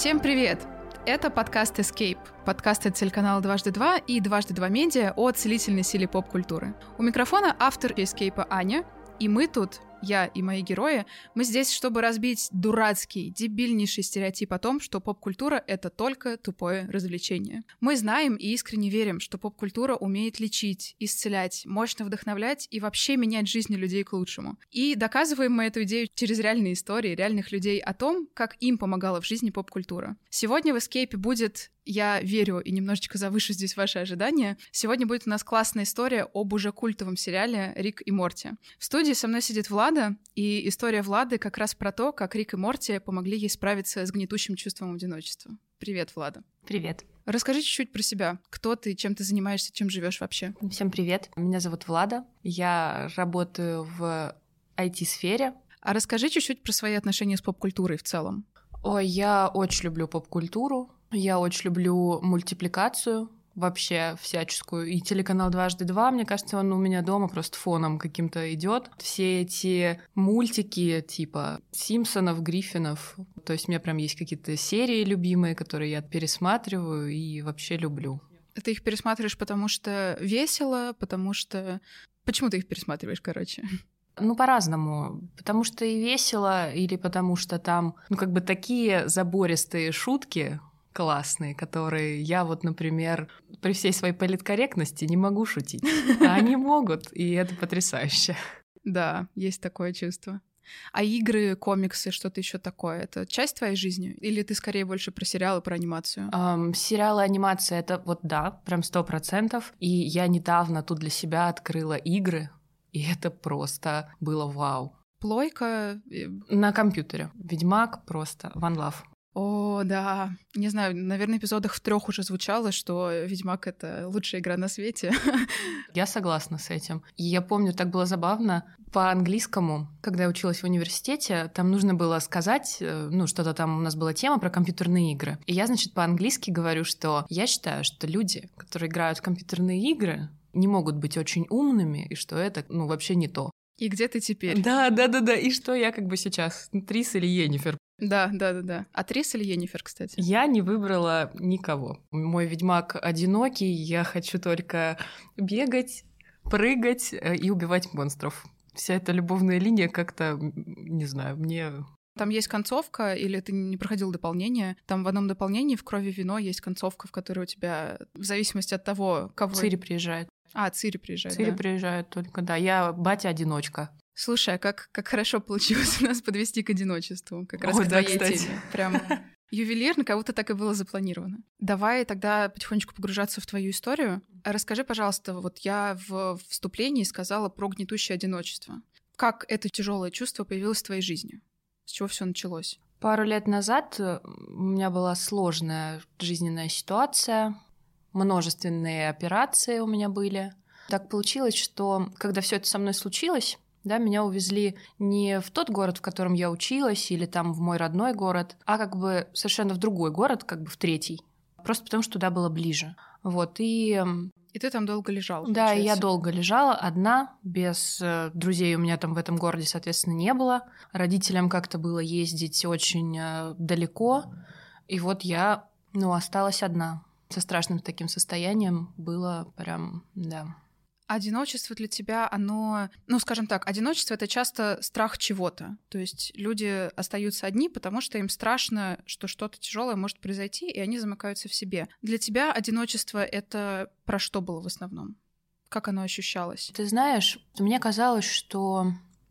Всем привет! Это подкаст Escape, подкаст от телеканала «Дважды два» и «Дважды два медиа» о целительной силе поп-культуры. У микрофона автор Escape Аня, и мы тут, я и мои герои, мы здесь, чтобы разбить дурацкий, дебильнейший стереотип о том, что поп-культура — это только тупое развлечение. Мы знаем и искренне верим, что поп-культура умеет лечить, исцелять, мощно вдохновлять и вообще менять жизни людей к лучшему. И доказываем мы эту идею через реальные истории реальных людей о том, как им помогала в жизни поп-культура. Сегодня в Escape будет... Я верю и немножечко завышу здесь ваши ожидания. Сегодня будет у нас классная история об уже культовом сериале «Рик и Морти». В студии со мной сидит Влада, и история Влады как раз про то, как Рик и Морти помогли ей справиться с гнетущим чувством одиночества. Привет, Влада. Привет. Расскажи чуть-чуть про себя. Кто ты, чем ты занимаешься, чем живешь вообще? Всем привет. Меня зовут Влада. Я работаю в IT-сфере. А расскажи чуть-чуть про свои отношения с поп-культурой в целом. Ой, я очень люблю поп-культуру. Я очень люблю мультипликацию вообще всяческую. И телеканал «Дважды два», мне кажется, он у меня дома просто фоном каким-то идет. Все эти мультики типа Симпсонов, Гриффинов. То есть у меня прям есть какие-то серии любимые, которые я пересматриваю и вообще люблю. Ты их пересматриваешь, потому что весело, потому что... Почему ты их пересматриваешь, короче? Ну, по-разному. Потому что и весело, или потому что там, такие забористые шутки классные, которые я вот, например, при всей своей политкорректности не могу шутить. А они могут, и это потрясающе. Да, есть такое чувство. А игры, комиксы, что-то еще такое, это часть твоей жизни? Или ты скорее больше про сериалы, про анимацию? Сериалы, анимация — это вот да, прям 100%. И я недавно тут для себя открыла игры, и это просто было вау. Плойка? На компьютере. Ведьмак просто one love. О, да. Не знаю, наверное, в эпизодах в 3 уже звучало, что «Ведьмак» — это лучшая игра на свете. Я согласна с этим. И я помню, так было забавно. По-английскому, когда я училась в университете, там нужно было сказать, что-то там у нас была тема про компьютерные игры. И я, по-английски говорю, что я считаю, что люди, которые играют в компьютерные игры, не могут быть очень умными, и что это, вообще не то. И где ты теперь? Да. И что я сейчас? Трис или Йеннифер? Да. А Трис или Йеннифер, кстати? Я не выбрала никого. Мой ведьмак одинокий, я хочу только бегать, прыгать и убивать монстров. Вся эта любовная линия как-то, не знаю, мне... Там есть концовка, или ты не проходил дополнение? Там в одном дополнении в «Крови вино» есть концовка, в которой у тебя, в зависимости от того, кого... Цири приезжает. Цири приезжает, Цири приезжает только, да. Я батя-одиночка. Слушай, а как хорошо получилось у нас подвести к одиночеству, как раз к твоей теме. Прям ювелирно, как будто так и было запланировано. Давай тогда потихонечку погружаться в твою историю. Расскажи, пожалуйста, вот я в вступлении сказала про гнетущее одиночество. Как это тяжелое чувство появилось в твоей жизни? С чего все началось? Пару лет назад у меня была сложная жизненная ситуация, множественные операции у меня были. Так получилось, что когда все это со мной случилось, да, меня увезли не в тот город, в котором я училась, или там в мой родной город, а совершенно в другой город, в третий. Просто потому, что туда было ближе. Вот, и ты там долго лежала? Да, и я долго лежала одна, без друзей у меня там в этом городе, соответственно, не было. Родителям как-то было ездить очень далеко, и вот я, осталась одна. Со страшным таким состоянием было прям, да. Одиночество для тебя, оно... скажем так, одиночество — это часто страх чего-то. То есть люди остаются одни, потому что им страшно, что что-то тяжелое может произойти, и они замыкаются в себе. Для тебя одиночество — это про что было в основном? Как оно ощущалось? Ты знаешь, мне казалось, что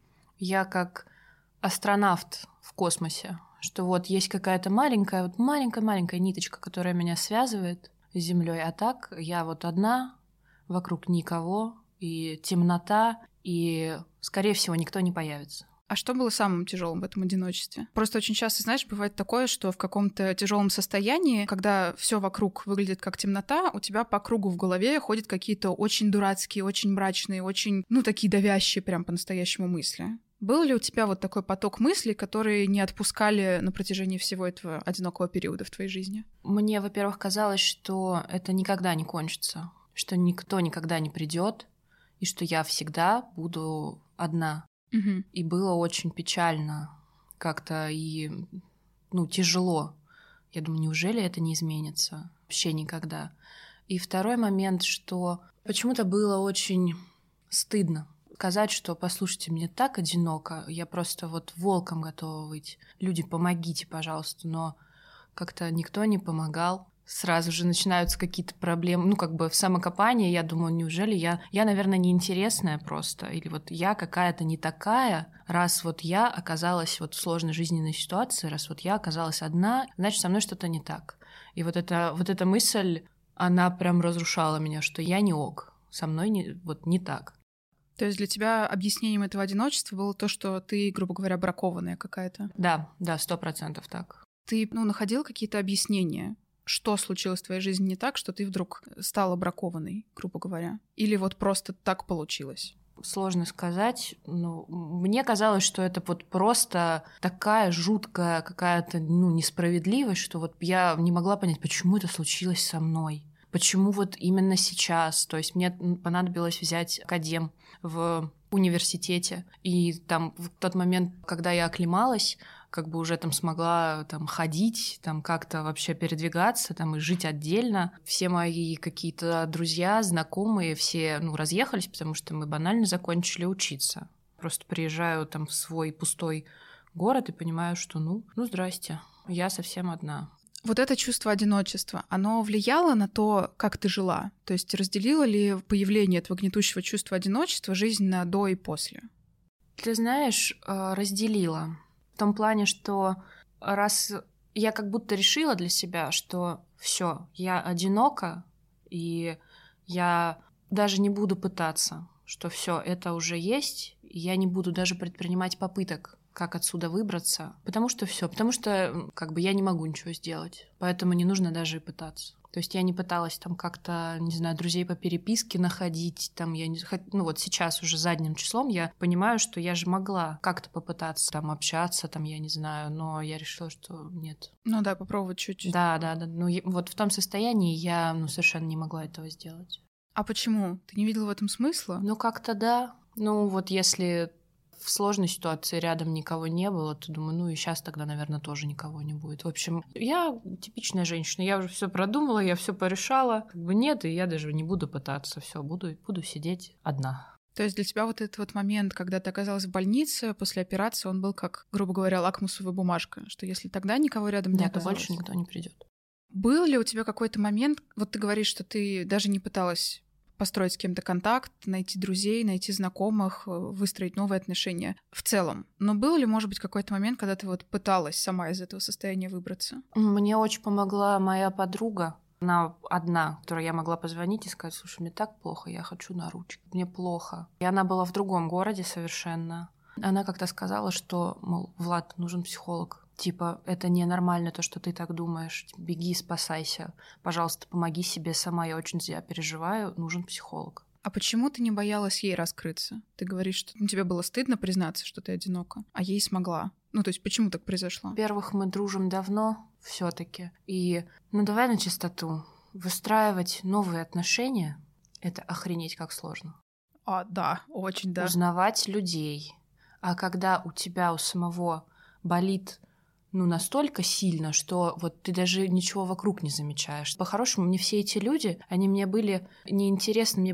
я как астронавт в космосе, что вот есть какая-то маленькая ниточка, которая меня связывает с Землей, а так я вот одна, вокруг никого, и темнота, и, скорее всего, никто не появится. А что было самым тяжелым в этом одиночестве? Просто очень часто, знаешь, бывает такое, что в каком-то тяжелом состоянии, когда все вокруг выглядит как темнота, у тебя по кругу в голове ходят какие-то очень дурацкие, очень мрачные, очень, такие давящие прям по-настоящему мысли. Был ли у тебя вот такой поток мыслей, которые не отпускали на протяжении всего этого одинокого периода в твоей жизни? Мне, во-первых, казалось, что это никогда не кончится, что никто никогда не придет, и что я всегда буду одна. Угу. И было очень печально как-то и, тяжело. Я думаю, неужели это не изменится? Вообще никогда. И второй момент, что почему-то было очень стыдно сказать, что, послушайте, мне так одиноко, я просто вот волком готова выйти. Люди, помогите, пожалуйста. Но как-то никто не помогал. Сразу же начинаются какие-то проблемы, ну, как бы в самокопании. Я думаю, неужели я, наверное, неинтересная просто? Или вот я какая-то не такая, раз вот я оказалась вот в сложной жизненной ситуации, раз вот я оказалась одна, значит, со мной что-то не так. И вот эта мысль, она прям разрушала меня, что я не ок, со мной не так. То есть для тебя объяснением этого одиночества было то, что ты, грубо говоря, бракованная какая-то? Да, 100% так. Ты, находил какие-то объяснения, что случилось в твоей жизни не так, что ты вдруг стала бракованной, грубо говоря? Или вот просто так получилось? Сложно сказать. Мне казалось, что это вот просто такая жуткая какая-то несправедливость, что вот я не могла понять, почему это случилось со мной. Почему вот именно сейчас? То есть мне понадобилось взять академ в университете. И там в тот момент, когда я оклемалась, как бы уже там смогла там ходить, там как-то вообще передвигаться, там и жить отдельно. Все мои какие-то друзья, знакомые, все разъехались, потому что мы банально закончили учиться. Просто приезжаю там в свой пустой город и понимаю, что здрасте, я совсем одна. Вот это чувство одиночества, оно влияло на то, как ты жила? То есть разделило ли появление этого гнетущего чувства одиночества жизнь на до и после? Ты знаешь, разделила. В том плане, что раз я как будто решила для себя, что все, я одинока, и я даже не буду пытаться, что все это уже есть, и я не буду даже предпринимать попыток, как отсюда выбраться, потому что как бы я не могу ничего сделать, поэтому не нужно даже и пытаться. То есть я не пыталась там как-то, не знаю, друзей по переписке находить, там вот сейчас уже задним числом я понимаю, что я же могла как-то попытаться там общаться, там, я не знаю, но я решила, что нет. Да, попробовать чуть-чуть. Да. Вот в том состоянии я совершенно не могла этого сделать. А почему? Ты не видела в этом смысла? Как-то да. Вот если в сложной ситуации рядом никого не было, то думаю, и сейчас тогда, наверное, тоже никого не будет. В общем, я типичная женщина, я уже все продумала, я все порешала. Как бы нет, и я даже не буду пытаться, все, буду сидеть одна. То есть для тебя вот этот вот момент, когда ты оказалась в больнице после операции, он был как, грубо говоря, лакмусовая бумажка, что если тогда никого рядом не оказалось, то больше никто не придет. Был ли у тебя какой-то момент, вот ты говоришь, что ты даже не пыталась построить с кем-то контакт, найти друзей, найти знакомых, выстроить новые отношения в целом. Но был ли, может быть, какой-то момент, когда ты вот пыталась сама из этого состояния выбраться? Мне очень помогла моя подруга. Она одна, которой я могла позвонить и сказать: слушай, мне так плохо, я хочу на ручки, мне плохо. И она была в другом городе совершенно. Она как-то сказала, что, мол, Влад, нужен психолог. Типа, это ненормально, то, что ты так думаешь. Беги, спасайся. Пожалуйста, помоги себе сама. Я очень за тебя переживаю. Нужен психолог. А почему ты не боялась ей раскрыться? Ты говоришь, что тебе было стыдно признаться, что ты одинока, а ей смогла. То есть почему так произошло? Во-первых, мы дружим давно все-таки. И, давай на чистоту. Выстраивать новые отношения — это охренеть как сложно. Да, очень, да. Узнавать людей. А когда у тебя у самого болит настолько сильно, что вот ты даже ничего вокруг не замечаешь. По-хорошему, мне все эти люди, они мне были неинтересны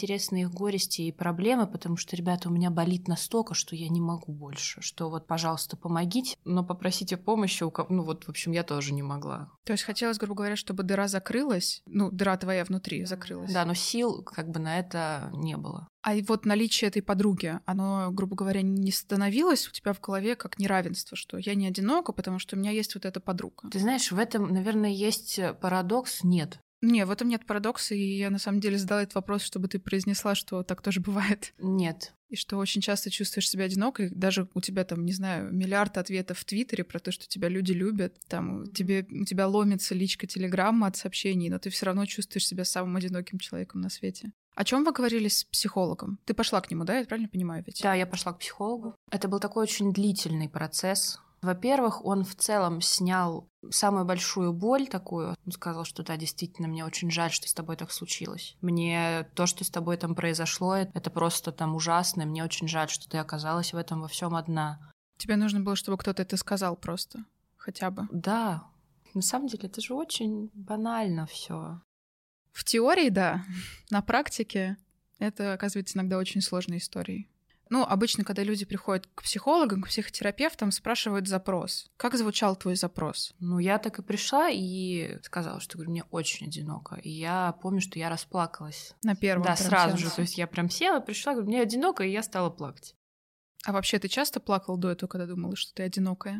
их горести и проблемы, потому что, ребята, у меня болит настолько, что я не могу больше, что вот, пожалуйста, помогите, но попросите помощи у кого... в общем, я тоже не могла. То есть хотелось, грубо говоря, чтобы дыра закрылась, дыра твоя внутри закрылась. Да, но сил как бы на это не было. А вот наличие этой подруги, оно, грубо говоря, не становилось у тебя в голове как неравенство, что я не одинока, потому что у меня есть вот эта подруга? Ты знаешь, в этом, наверное, есть парадокс. Нет. Не, в этом нет парадокса, и я на самом деле задала этот вопрос, чтобы ты произнесла, что так тоже бывает. Нет. И что очень часто чувствуешь себя одинокой, даже у тебя там, не знаю, миллиард ответов в Твиттере про то, что тебя люди любят, там у тебя ломится личка Телеграмма от сообщений, но ты все равно чувствуешь себя самым одиноким человеком на свете. О чем вы говорили с психологом? Ты пошла к нему, да? Я правильно понимаю ведь? Да, я пошла к психологу. Это был такой очень длительный процесс. Во-первых, он в целом снял самую большую боль такую. Он сказал, что да, действительно, мне очень жаль, что с тобой так случилось. Мне то, что с тобой там произошло, это просто там ужасно. Мне очень жаль, что ты оказалась в этом во всем одна. Тебе нужно было, чтобы кто-то это сказал просто, хотя бы. Да. На самом деле это же очень банально все. В теории, да. На практике это оказывается иногда очень сложной историей. Ну, обычно, когда люди приходят к психологам, к психотерапевтам, спрашивают запрос. Как звучал твой запрос? Ну, я так и пришла и сказала, что, говорю, мне очень одиноко. И я помню, что я расплакалась. На первом Да, прям сразу сеансе. же. То есть я прям села, пришла, говорю, мне одиноко, и я стала плакать. А вообще ты часто плакала до этого, когда думала, что ты одинокая?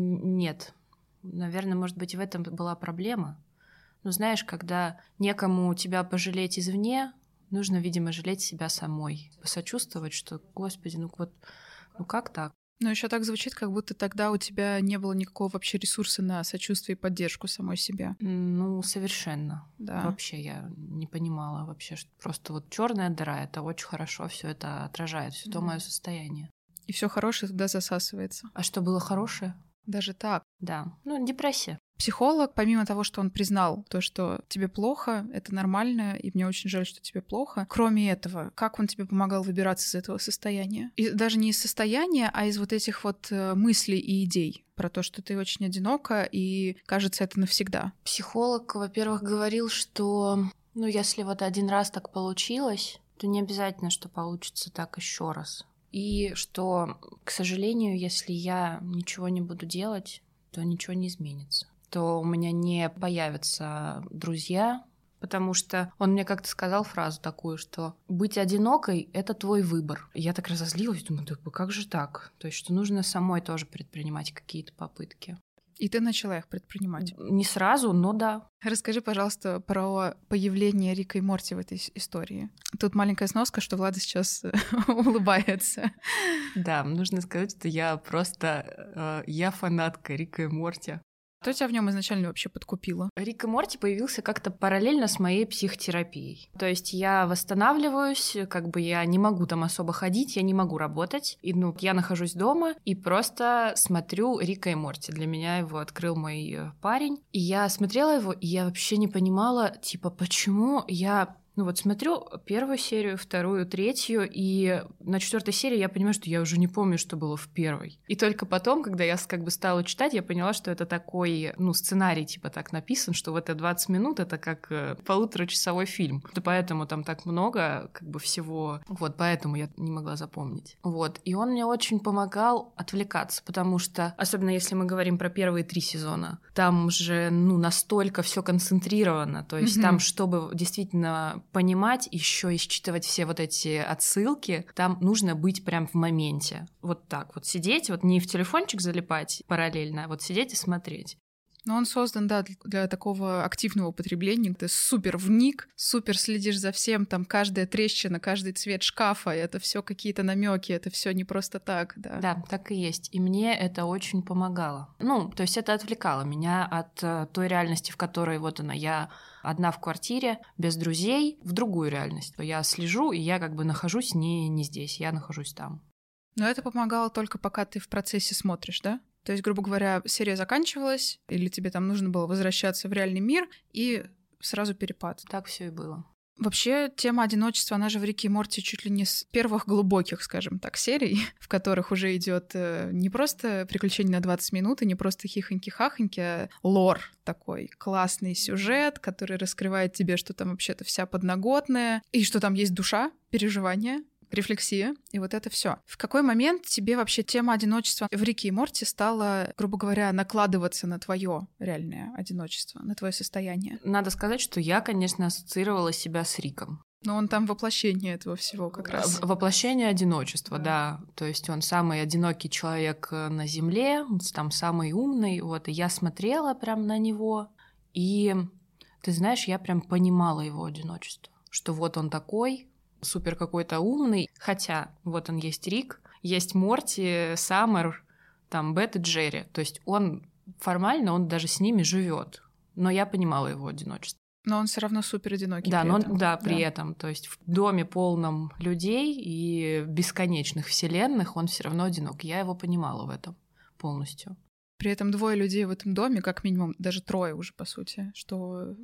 Нет. Наверное, может быть, в этом была проблема. Но знаешь, когда некому тебя пожалеть извне, нужно, видимо, жалеть себя самой. Посочувствовать, что, господи, ну вот, ну как так? Но еще так звучит, как будто тогда у тебя не было никакого вообще ресурса на сочувствие и поддержку самой себе. Ну, совершенно. Да. Вообще я не понимала вообще, что просто вот черная дыра, это очень хорошо, все это отражает, все то мое состояние. И все хорошее туда засасывается. А что было хорошее? Даже так. Да. Ну, депрессия. Психолог, помимо того, что он признал то, что тебе плохо, это нормально, и мне очень жаль, что тебе плохо. Кроме этого, как он тебе помогал выбираться из этого состояния? И даже не из состояния, а из вот этих вот мыслей и идей про то, что ты очень одинока, и кажется, это навсегда. Психолог, во-первых, говорил, что, ну, если вот один раз так получилось, то не обязательно, что получится так еще раз. И что, к сожалению, если я ничего не буду делать, то ничего не изменится. То у меня не появятся друзья, потому что он мне как-то сказал фразу такую, что быть одинокой — это твой выбор. И я так разозлилась, думаю, да как же так? То есть, что нужно самой тоже предпринимать какие-то попытки. И ты начала их предпринимать. Не сразу, но да. Расскажи, пожалуйста, про появление Рика и Морти в этой истории. Тут маленькая сноска, что Влада сейчас улыбается. Да, нужно сказать, что я просто... я фанатка Рика и Морти. Что тебя в нем изначально вообще подкупило? Рик и Морти появился как-то параллельно с моей психотерапией. То есть я восстанавливаюсь, как бы я не могу там особо ходить, я не могу работать. И я нахожусь дома и просто смотрю Рика и Морти. Для меня его открыл мой парень. И я смотрела его, и я вообще не понимала, типа, почему я... смотрю первую серию, вторую, третью, и на 4-й серии я понимаю, что я уже не помню, что было в первой. И только потом, когда я как бы стала читать, я поняла, что это такой, сценарий типа так написан, что вот это 20 минут — это как 1,5-часовой фильм. И поэтому там так много как бы всего. Вот, поэтому я не могла запомнить. Вот, и он мне очень помогал отвлекаться, потому что, особенно если мы говорим про первые 3 сезона, там же, настолько все концентрировано, то есть там, чтобы действительно понимать, еще и считывать все вот эти отсылки, там нужно быть прям в моменте. Вот так вот сидеть, вот не в телефончик залипать параллельно, а вот сидеть и смотреть. Но он создан, да, для такого активного употребления. Ты супер вник, супер следишь за всем, там каждая трещина, каждый цвет шкафа, это все какие-то намеки, это все не просто так, да. Да, так и есть. И мне это очень помогало. То есть это отвлекало меня от той реальности, в которой вот я одна в квартире, без друзей, в другую реальность. Я слежу, и я как бы нахожусь не здесь, я нахожусь там. Но это помогало только пока ты в процессе смотришь, да? То есть, грубо говоря, серия заканчивалась, или тебе там нужно было возвращаться в реальный мир, и сразу перепад. Так все и было. Вообще, тема одиночества, она же в Рике и Морти чуть ли не с первых глубоких, скажем так, серий, в которых уже идет не просто приключение на 20 минут, и не просто хихоньки-хахоньки, а лор такой, классный сюжет, который раскрывает тебе, что там вообще-то вся подноготная, и что там есть душа, переживания, рефлексия, и вот это все. В какой момент тебе вообще тема одиночества в Рике и Морти стала, грубо говоря, накладываться на твое реальное одиночество, на твое состояние? Надо сказать, что я, конечно, ассоциировала себя с Риком. Но он там воплощение этого всего как раз. Воплощение одиночества, да. То есть он самый одинокий человек на Земле, там самый умный. Вот. И я смотрела прям на него, и, ты знаешь, я прям понимала его одиночество. Что вот он такой, супер какой-то умный. Хотя вот он есть Рик, есть Морти, Саммер, там Бет и Джерри. То есть он формально, он даже с ними живет. Но я понимала его одиночество. Но он все равно супер одинокий. Да, при этом. при этом. То есть в доме полном людей и бесконечных вселенных он все равно одинок. Я его понимала в этом полностью. При этом 2 людей в этом доме, как минимум, даже 3 уже, по сути, что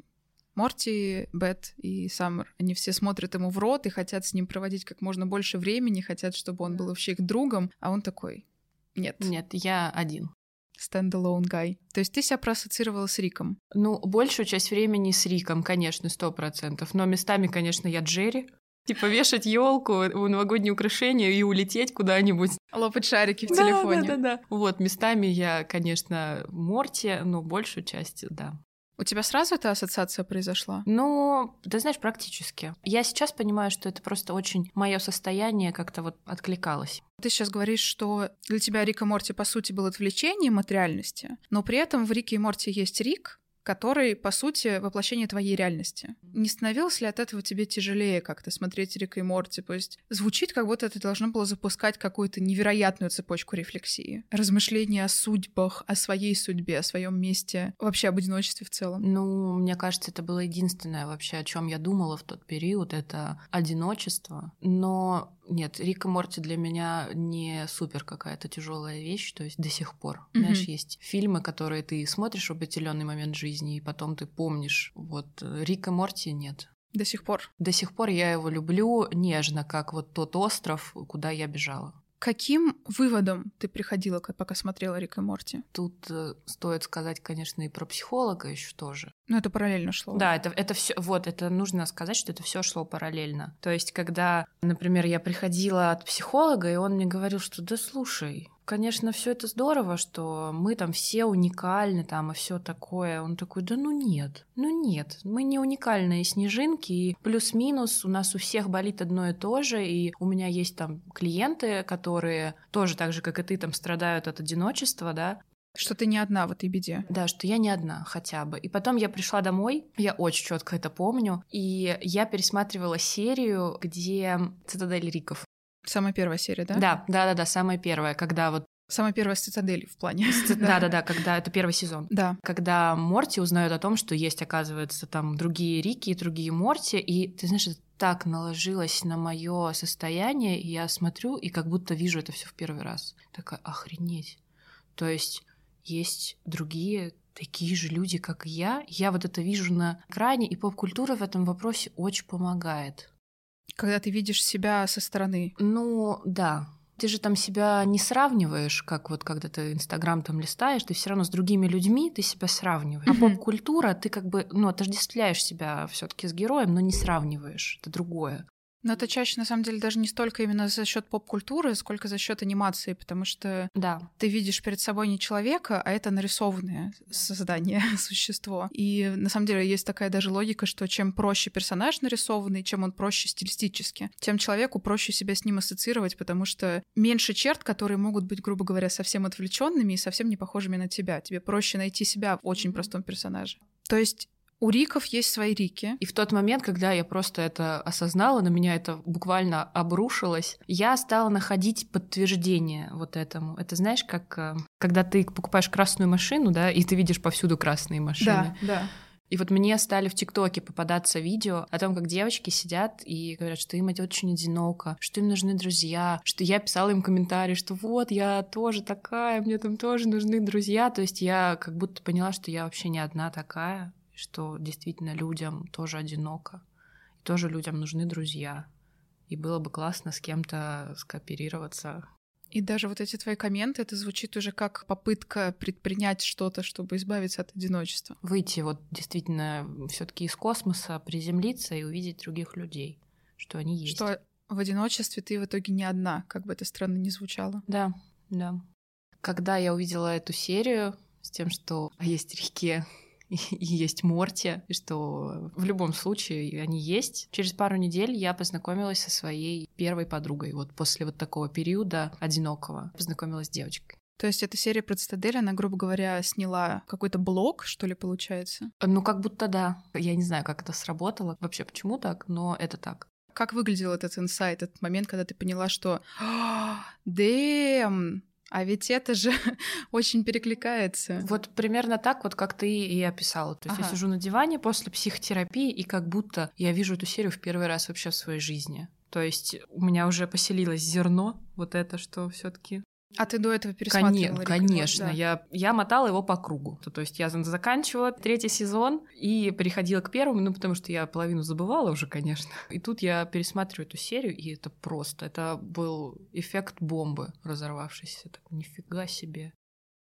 Морти, Бет и Саммер, они все смотрят ему в рот и хотят с ним проводить как можно больше времени, хотят, чтобы он был вообще их другом, а он такой: нет. Нет, я один. Standalone guy. То есть ты себя проассоциировала с Риком? Ну, большую часть времени с Риком, конечно, 100%. Но местами, конечно, я Джерри. Типа вешать елку, новогодние украшения и улететь куда-нибудь. Лопать шарики в телефоне. Да. Вот, местами я, конечно, Морти, но большую часть, да. У тебя сразу эта ассоциация произошла? Ну, ты знаешь, практически. Я сейчас понимаю, что это просто очень мое состояние как-то вот откликалось. Ты сейчас говоришь, что для тебя Рик и Морти, по сути, был отвлечением от реальности, но при этом в Рике и Морти есть Рик, который, по сути, воплощение твоей реальности. Не становилось ли от этого тебе тяжелее как-то смотреть Рика и Морти? То есть звучит, как будто это должно было запускать какую-то невероятную цепочку рефлексии. Размышления о судьбах, о своей судьбе, о своем месте, вообще об одиночестве в целом. Ну, мне кажется, это было единственное вообще, о чем я думала в тот период, это одиночество. Но нет, Рик и Морти для меня не супер какая-то тяжелая вещь, то есть до сих пор. Знаешь, есть фильмы, которые ты смотришь в определенный момент жизни, и потом ты помнишь. Вот Рик и Морти нет. До сих пор? До сих пор я его люблю нежно, как вот тот остров, куда я бежала. Каким выводом ты приходила, пока смотрела Рик и Морти? Тут стоит сказать, конечно, и про психолога еще тоже. Ну, это параллельно шло. Да, это все. Вот, это нужно сказать, что это все шло параллельно. То есть, когда, например, я приходила от психолога, и он мне говорил, что да слушай, конечно, все это здорово, что мы там все уникальны, там и все такое. Он такой, да ну нет, мы не уникальные снежинки, и плюс-минус у нас у всех болит одно и то же, и у меня есть там клиенты, которые тоже так же, как и ты, там страдают от одиночества, да. Что ты не одна в этой беде. Да, что я не одна хотя бы. И потом я пришла домой, я очень четко это помню, и я пересматривала серию, где «Цитадель Риков». Самая первая серия, да? Да, самая первая, когда вот... Самая первая с «Цитаделью» в плане. Да, когда это первый сезон. Да. Когда Морти узнает о том, что есть, оказывается, там другие Рики и другие Морти, и ты знаешь, это так наложилось на мое состояние, и я смотрю и как будто вижу это все в первый раз. Такая, охренеть. То есть есть другие такие же люди, как и я вот это вижу на экране, и поп-культура в этом вопросе очень помогает. Когда ты видишь себя со стороны. Ну, да. Ты же там себя не сравниваешь, как вот когда ты Инстаграм там листаешь, ты все равно с другими людьми ты себя сравниваешь. А поп-культура, ты как бы, отождествляешь себя все-таки с героем, но не сравниваешь. Это другое. Но это чаще, на самом деле, даже не столько именно за счет поп-культуры, сколько за счет анимации, потому что ты видишь перед собой не человека, а это нарисованное создание, существо. И на самом деле есть такая даже логика, что чем проще персонаж нарисованный, чем он проще стилистически, тем человеку проще себя с ним ассоциировать, потому что меньше черт, которые могут быть, грубо говоря, совсем отвлеченными и совсем не похожими на тебя. Тебе проще найти себя в очень простом персонаже. То есть у Риков есть свои Рики. И в тот момент, когда я просто это осознала, на меня это буквально обрушилось, я стала находить подтверждение вот этому. Это знаешь, как когда ты покупаешь красную машину, да, и ты видишь повсюду красные машины. Да. И вот мне стали в ТикТоке попадаться видео о том, как девочки сидят и говорят, что им очень одиноко, что им нужны друзья, что я писала им комментарии, что вот, я тоже такая, мне там тоже нужны друзья. То есть я как будто поняла, что я вообще не одна такая, что действительно людям тоже одиноко, и тоже людям нужны друзья. И было бы классно с кем-то скооперироваться. И даже вот эти твои комменты, это звучит уже как попытка предпринять что-то, чтобы избавиться от одиночества. Выйти вот действительно все-таки из космоса, приземлиться и увидеть других людей, что они есть. Что в одиночестве ты в итоге не одна, как бы это странно ни звучало. Да. Когда я увидела эту серию с тем, что есть Рики и есть Морти, и что в любом случае они есть. Через пару недель я познакомилась со своей первой подругой. Вот после вот такого периода одинокого познакомилась с девочкой. То есть эта серия про Цитадель, она, грубо говоря, сняла какой-то блок, что ли, получается? Ну, как будто да. Я не знаю, как это сработало, вообще почему так, но это так. Как выглядел этот инсайт, этот момент, когда ты поняла, что дэм, а ведь это же очень перекликается. Вот примерно так, вот как ты и описала. То есть я сижу на диване после психотерапии, и как будто я вижу эту серию в первый раз вообще в своей жизни. То есть у меня уже поселилось зерно, вот это, что все-таки. А ты до этого пересматривала? Конечно. Да. Я мотала его по кругу. То есть я заканчивала 3-й сезон и переходила к 1-му, потому что я половину забывала уже, конечно. И тут я пересматриваю эту серию, и это просто... Это был эффект бомбы разорвавшейся. Так, нифига себе.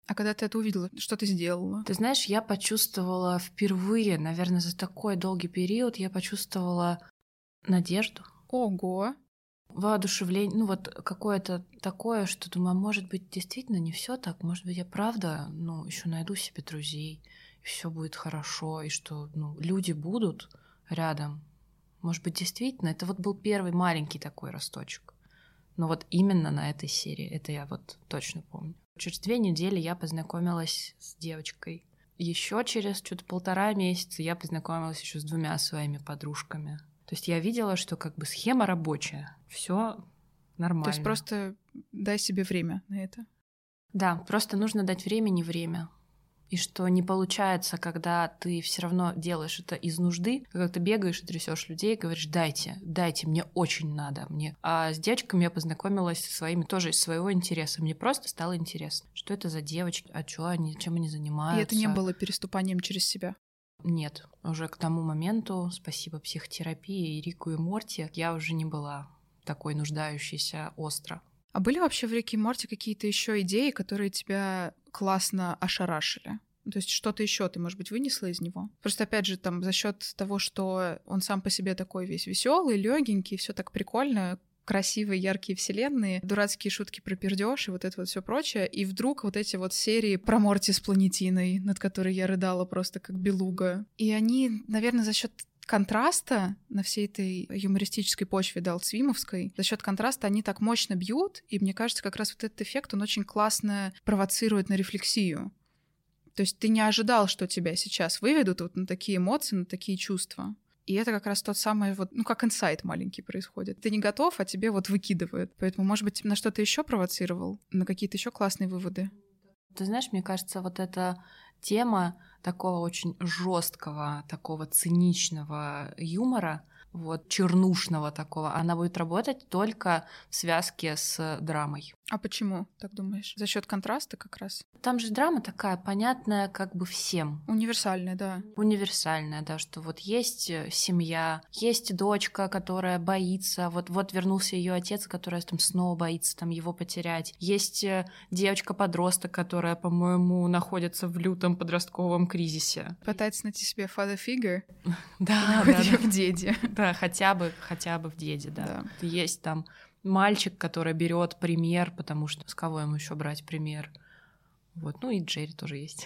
А когда ты это увидела, что ты сделала? Ты знаешь, я почувствовала впервые, наверное, за такой долгий период, я почувствовала надежду. Ого! Воодушевление, ну вот какое-то такое, что думаю, а может быть, действительно не все так, может быть, я правда, ну, еще найду себе друзей, и все будет хорошо, и что, ну, люди будут рядом. Может быть, действительно, это вот был первый маленький такой росточек. Но вот именно на этой серии, это я вот точно помню. Через 2 недели я познакомилась с девочкой. Еще через что-то 1,5 месяца я познакомилась еще с 2 своими подружками. То есть я видела, что как бы схема рабочая, все нормально. То есть просто дай себе время на это. Да, просто нужно дать времени время. И что не получается, когда ты все равно делаешь это из нужды, когда ты бегаешь и трясешь людей, говоришь, дайте, мне очень надо. Мне. А с девочками я познакомилась со своими тоже из своего интереса. Мне просто стало интересно, что это за девочки, чем они занимаются. И это не было переступанием через себя? Нет, уже к тому моменту, спасибо психотерапии и Рику и Морти, я уже не была такой нуждающейся остро. А были вообще в Рике и Морти какие-то еще идеи, которые тебя классно ошарашили? То есть что-то еще ты, может быть, вынесла из него? Просто опять же, там за счет того, что он сам по себе такой весь веселый, легенький, все так прикольно, красивые, яркие вселенные, дурацкие шутки про пердеж и вот это вот все прочее. И вдруг вот эти вот серии про Морти с Планетиной, над которой я рыдала просто как белуга. И они, наверное, за счет контраста на всей этой юмористической почве далцвимовской, за счет контраста они так мощно бьют, и мне кажется, как раз вот этот эффект, он очень классно провоцирует на рефлексию. То есть ты не ожидал, что тебя сейчас выведут вот на такие эмоции, на такие чувства. И это как раз тот самый вот, ну, как инсайт маленький происходит. Ты не готов, а тебе вот выкидывают. Поэтому, может быть, на что-то еще провоцировал, на какие-то еще классные выводы. Ты знаешь, мне кажется, вот эта тема такого очень жесткого, такого циничного юмора, вот чернушного такого, она будет работать только в связке с драмой. А почему, так думаешь? За счет контраста как раз? Там же драма такая понятная как бы всем. Универсальная, да. Универсальная, да, что вот есть семья, есть дочка, которая боится, вот вернулся ее отец, который там снова боится там его потерять. Есть девочка-подросток, которая, по-моему, находится в лютом подростковом кризисе. Пытается найти себе father figure. Да, в деде. Да, хотя бы в деде, да. Есть там мальчик, который берет пример, потому что с кого ему еще брать пример? Вот, ну и Джерри тоже есть.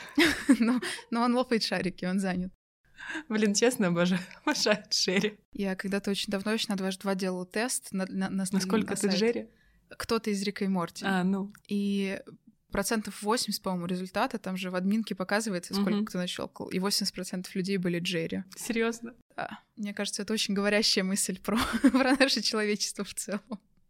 Но он лопает шарики, он занят. Блин, честно, обожаю Джерри. Я когда-то очень давно, еще на 2 делала тест. Насколько ты Джерри? Кто-то из Рика и Морти. И 80%, по-моему, результата, там же в админке показывается, сколько кто нащелкал, и 80% людей были Джерри. Серьезно? Да. Мне кажется, это очень говорящая мысль про наше человечество в целом.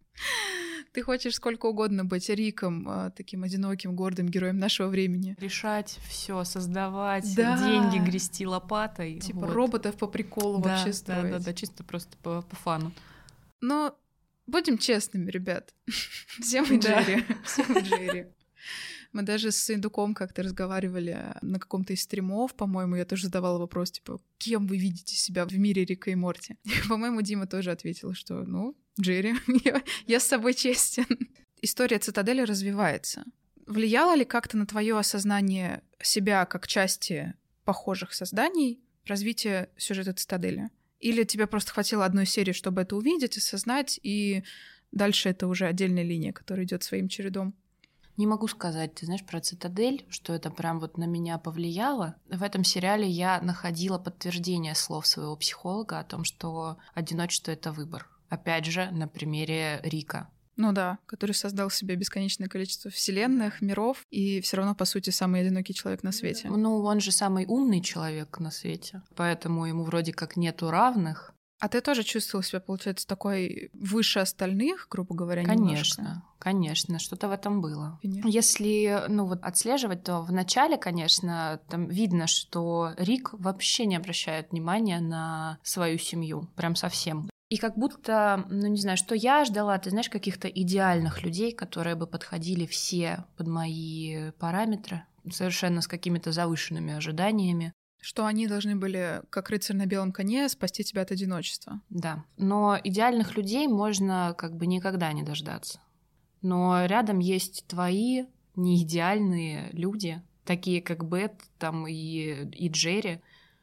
Ты хочешь сколько угодно быть Риком, таким одиноким, гордым героем нашего времени. Решать все, создавать, деньги грести лопатой. Типа вот. Роботов по приколу вообще строить. Да, чисто просто по фану. Но будем честными, ребят. Все мы Джерри. Мы даже с Индуком как-то разговаривали на каком-то из стримов, по-моему, я тоже задавала вопрос, типа, кем вы видите себя в мире Рика и Морти? И, по-моему, Дима тоже ответил, что, Джерри, я с собой честен. История Цитадели развивается. Влияло ли как-то на твое осознание себя как части похожих созданий развитие сюжета Цитадели? Или тебе просто хватило одной серии, чтобы это увидеть, осознать, и дальше это уже отдельная линия, которая идет своим чередом? Не могу сказать, ты знаешь, про «Цитадель», что это прям вот на меня повлияло. В этом сериале я находила подтверждение слов своего психолога о том, что одиночество — это выбор. Опять же, на примере Рика. Ну да, который создал себе бесконечное количество вселенных, миров, и все равно, по сути, самый одинокий человек на свете. Ну, он же самый умный человек на свете, поэтому ему вроде как нету равных. А ты тоже чувствовала себя, получается, такой выше остальных, грубо говоря, Конечно, что-то в этом было. Если, отслеживать, то в начале, конечно, там видно, что Рик вообще не обращает внимания на свою семью, прям совсем. И как будто, что я ждала, ты знаешь, каких-то идеальных людей, которые бы подходили все под мои параметры, совершенно с какими-то завышенными ожиданиями. Что они должны были, как рыцарь на белом коне, спасти тебя от одиночества. Да, но идеальных людей можно как бы никогда не дождаться. Но рядом есть твои не идеальные люди, такие как Бет там и Джерри,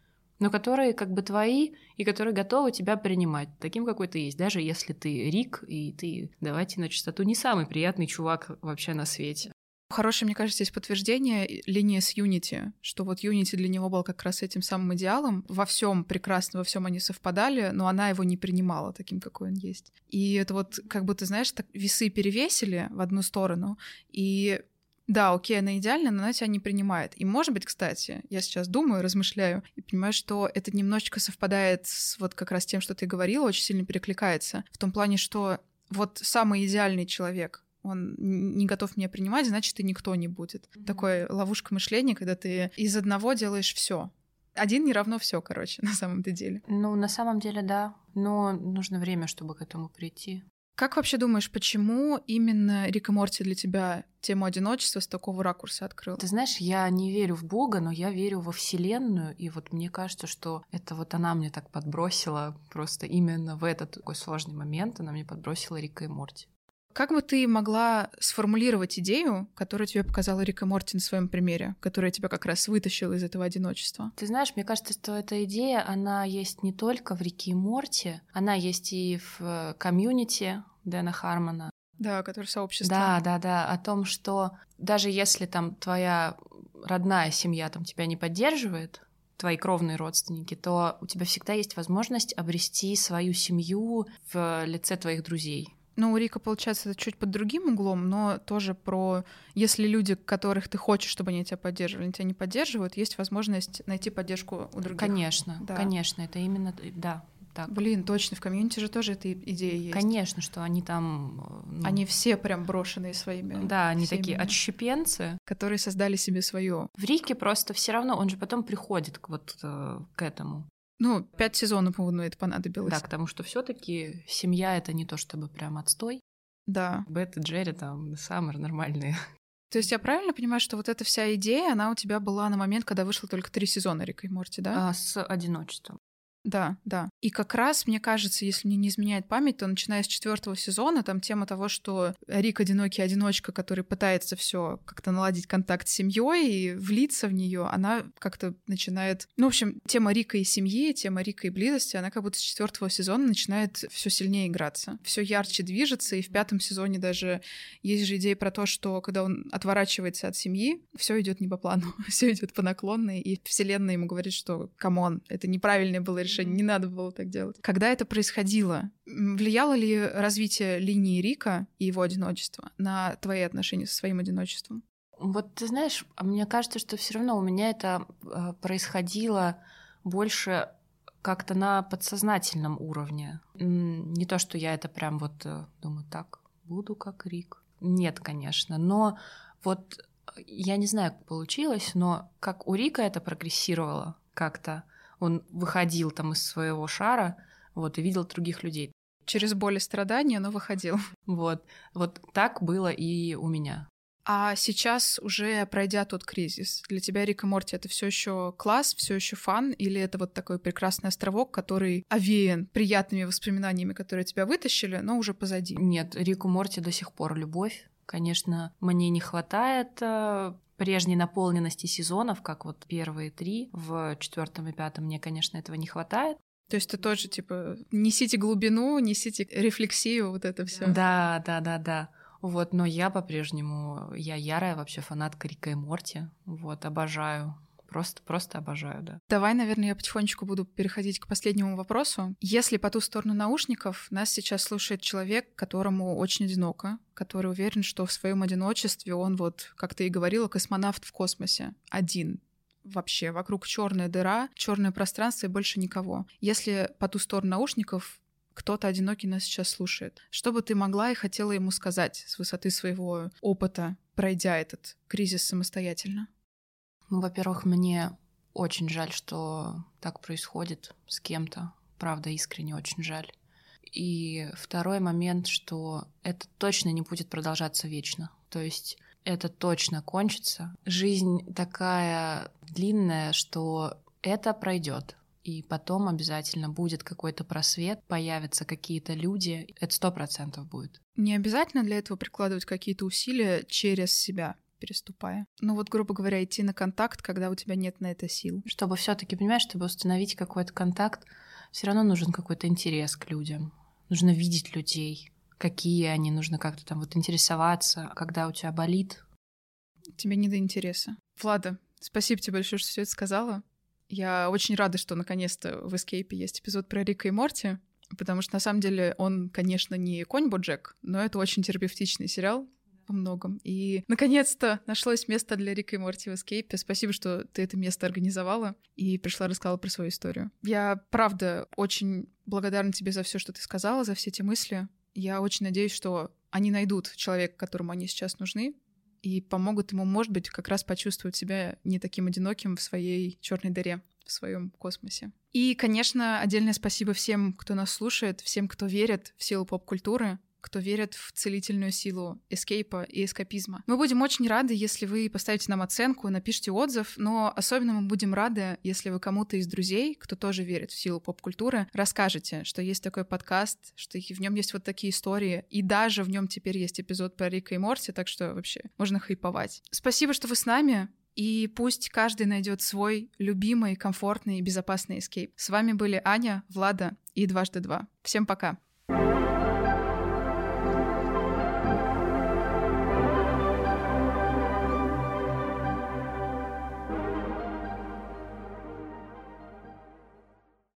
но которые как бы твои и которые готовы тебя принимать таким, какой ты есть, даже если ты Рик, и ты, давайте на чистоту, не самый приятный чувак вообще на свете. Хорошее, мне кажется, есть подтверждение линии с Юнити, что вот Юнити для него был как раз этим самым идеалом. Во всем прекрасно, во всем они совпадали, но она его не принимала таким, какой он есть. И это вот, как бы, ты знаешь, так весы перевесили в одну сторону, и да, окей, она идеальна, но она тебя не принимает. И, может быть, кстати, я сейчас думаю, размышляю и понимаю, что это немножечко совпадает с вот как раз тем, что ты говорила, очень сильно перекликается. В том плане, что вот самый идеальный человек, он не готов меня принимать, значит, и никто не будет. Такая ловушка мышления, когда ты из одного делаешь все. Один не равно все, короче, на самом-то деле. Ну, на самом деле, да. Но нужно время, чтобы к этому прийти. Как вообще думаешь, почему именно Рик и Морти для тебя тему одиночества с такого ракурса открыл? Ты знаешь, я не верю в Бога, но я верю во Вселенную, и вот мне кажется, что это вот она мне так подбросила, просто именно в этот такой сложный момент она мне подбросила Рика и Морти. Как бы ты могла сформулировать идею, которую тебе показала Рик и Морти на своем примере, которая тебя как раз вытащила из этого одиночества? Ты знаешь, мне кажется, что эта идея, она есть не только в Рике и Морти, она есть и в комьюнити Дэна Хармона. Да, который сообщество. Да, о том, что даже если там твоя родная семья там тебя не поддерживает, твои кровные родственники, то у тебя всегда есть возможность обрести свою семью в лице твоих друзей. Ну, у Рика, получается, это чуть под другим углом, но тоже про... Если люди, которых ты хочешь, чтобы они тебя поддерживали, они тебя не поддерживают, есть возможность найти поддержку у других. Конечно, да. Конечно, это именно... Да, так. Блин, точно, в комьюнити же тоже эта идея есть. Конечно, что они там... Они все прям брошенные своими. Да, они семьями, такие отщепенцы. которые создали себе свое. В Рике просто все равно, он же потом приходит к этому. 5 сезонов ему это понадобилось. Да, потому что все-таки семья — это не то чтобы прям отстой. Да. Бет и Джерри там самые нормальные. То есть я правильно понимаю, что вот эта вся идея, она у тебя была на момент, когда вышло только 3 сезона Рика и Морти, да? С одиночеством. Да. И как раз, мне кажется, если мне не изменяет память, то начиная с 4 сезона, там тема того, что Рик одинокий одиночка, который пытается все как-то наладить контакт с семьей и влиться в нее, она как-то начинает... в общем, тема Рика и семьи, тема Рика и близости, она как будто с 4 сезона начинает все сильнее играться, все ярче движется, и в 5 сезоне даже есть же идея про то, что когда он отворачивается от семьи, все идет не по плану, все идет по наклонной, и вселенная ему говорит, что камон, это неправильное было решение, не надо было так делать. Когда это происходило, влияло ли развитие линии Рика и его одиночества на твои отношения со своим одиночеством? Вот ты знаешь, мне кажется, что все равно у меня это происходило больше как-то на подсознательном уровне. Не то, что я это прям вот думаю, так, буду как Рик. Нет, конечно, но вот я не знаю, как получилось, но как у Рика это прогрессировало как-то, он выходил там из своего шара, и видел других людей. Через боль и страдания, но выходил. Вот так было и у меня. А сейчас, уже пройдя тот кризис, для тебя Рик и Морти — это все еще класс, все еще фан, или это вот такой прекрасный островок, который овеян приятными воспоминаниями, которые тебя вытащили, но уже позади? Нет, Рик и Морти до сих пор любовь. Конечно, мне не хватает прежней наполненности сезонов, как вот первые 3, в 4 и 5 мне, конечно, этого не хватает. То есть ты тоже, несите глубину, несите рефлексию, вот это все. Да. Но я по-прежнему, я ярая вообще фанатка Рика и Морти. Обожаю. Просто обожаю, да. Давай, наверное, я потихонечку буду переходить к последнему вопросу. Если по ту сторону наушников нас сейчас слушает человек, которому очень одиноко, который уверен, что в своем одиночестве он, как ты и говорила, космонавт в космосе, один. Вообще, вокруг черная дыра, черное пространство и больше никого. Если по ту сторону наушников кто-то одинокий нас сейчас слушает, что бы ты могла и хотела ему сказать с высоты своего опыта, пройдя этот кризис самостоятельно? Во-первых, мне очень жаль, что так происходит с кем-то. Правда, искренне очень жаль. И второй момент, что это точно не будет продолжаться вечно. То есть это точно кончится. Жизнь такая длинная, что это пройдет. И потом обязательно будет какой-то просвет, появятся какие-то люди. Это 100% будет. Не обязательно для этого прикладывать какие-то усилия через себя. переступая. Ну вот, грубо говоря, идти на контакт, когда у тебя нет на это сил. Чтобы все-таки, понимаешь, чтобы установить какой-то контакт, все равно нужен какой-то интерес к людям. Нужно видеть людей, какие они, нужно как-то там вот интересоваться, когда у тебя болит. Тебе не до интереса. Влада, спасибо тебе большое, что все это сказала. Я очень рада, что наконец-то в Эскейпе есть эпизод про Рика и Морти, потому что на самом деле он, конечно, не конь Боджек, но это очень терапевтичный сериал во многом. И наконец-то нашлось место для Рика и Морти в Эскейпе. Спасибо, что ты это место организовала и пришла, рассказала про свою историю. Я, правда, очень благодарна тебе за все, что ты сказала, за все эти мысли. Я очень надеюсь, что они найдут человека, которому они сейчас нужны, и помогут ему, может быть, как раз почувствовать себя не таким одиноким в своей черной дыре, в своем космосе. И, конечно, отдельное спасибо всем, кто нас слушает, всем, кто верит в силу поп-культуры, кто верит в целительную силу эскейпа и эскапизма. Мы будем очень рады, если вы поставите нам оценку, напишите отзыв, но особенно мы будем рады, если вы кому-то из друзей, кто тоже верит в силу поп-культуры, расскажете, что есть такой подкаст, что в нем есть вот такие истории, и даже в нем теперь есть эпизод про Рика и Морти, так что вообще можно хайповать. Спасибо, что вы с нами, и пусть каждый найдет свой любимый, комфортный и безопасный эскейп. С вами были Аня, Влада и 2x2. Всем пока!